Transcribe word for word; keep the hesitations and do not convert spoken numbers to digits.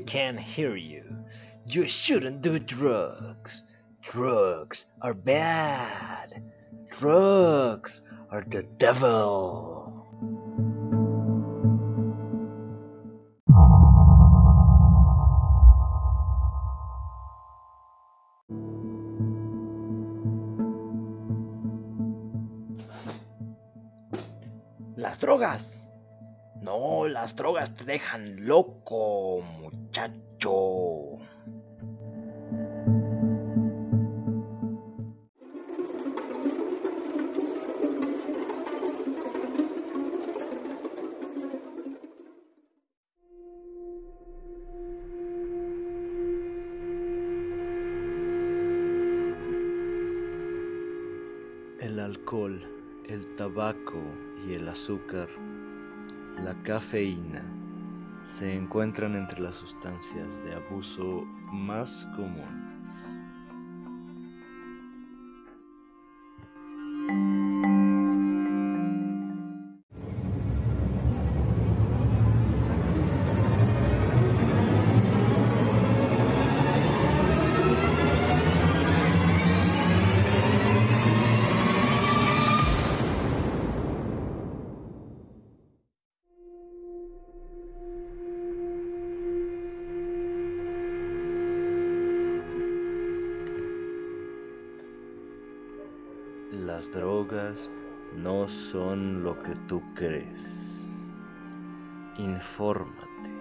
can't hear you. You shouldn't do drugs. Drugs are bad. Drugs are the devil. Las drogas. No, las drogas te dejan loco, muchacho. El alcohol, el tabaco y el azúcar, la cafeína, se encuentran entre las sustancias de abuso más comunes. Las drogas no son lo que tú crees. Infórmate.